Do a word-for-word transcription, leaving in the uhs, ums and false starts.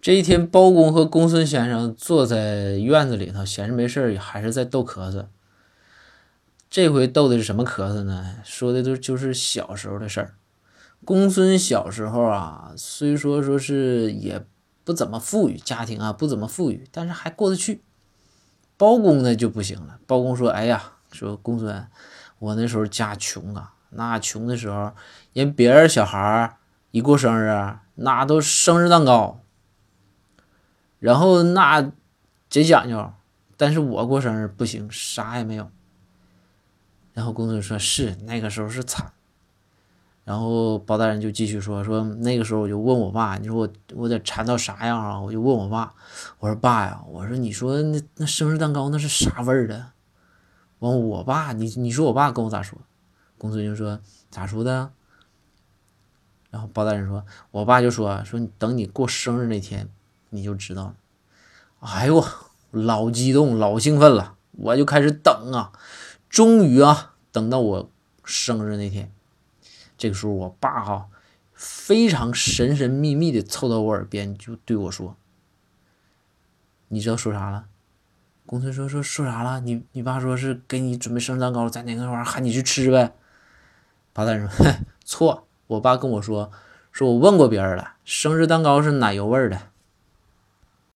这一天，包公和公孙先生坐在院子里头，闲着没事还是在逗咳嗽。这回逗的是什么咳嗽呢？说的都就是小时候的事儿。公孙小时候啊，虽说说是也不怎么富裕，家庭啊不怎么富裕，但是还过得去。包公呢就不行了。包公说：“哎呀，说公孙，我那时候家穷啊，那穷的时候，人别人小孩一过生日，那都生日蛋糕。”然后那贼讲究，但是我过生日不行，啥也没有。然后公孙说：“是那个时候是惨。”然后包大人就继续说：“说那个时候我就问我爸，你说我我得馋到啥样啊？我就问我爸，我说爸呀，我说你说那那生日蛋糕那是啥味儿的？”完我爸，你你说我爸跟我咋说？公孙就说：“咋说的？”然后包大人说：“我爸就说说等你过生日那天你就知道了。”哎呦，老激动，老兴奋了，我就开始等啊，终于啊，等到我生日那天。这个时候，我爸哈、啊、非常神神秘秘的凑到我耳边，就对我说：“你知道说啥了？”公孙说：“说说啥了？你你爸说是给你准备生日蛋糕，在那个玩意儿喊你去吃呗。”包大人说：“错，我爸跟我说，说我问过别人了，生日蛋糕是奶油味的。”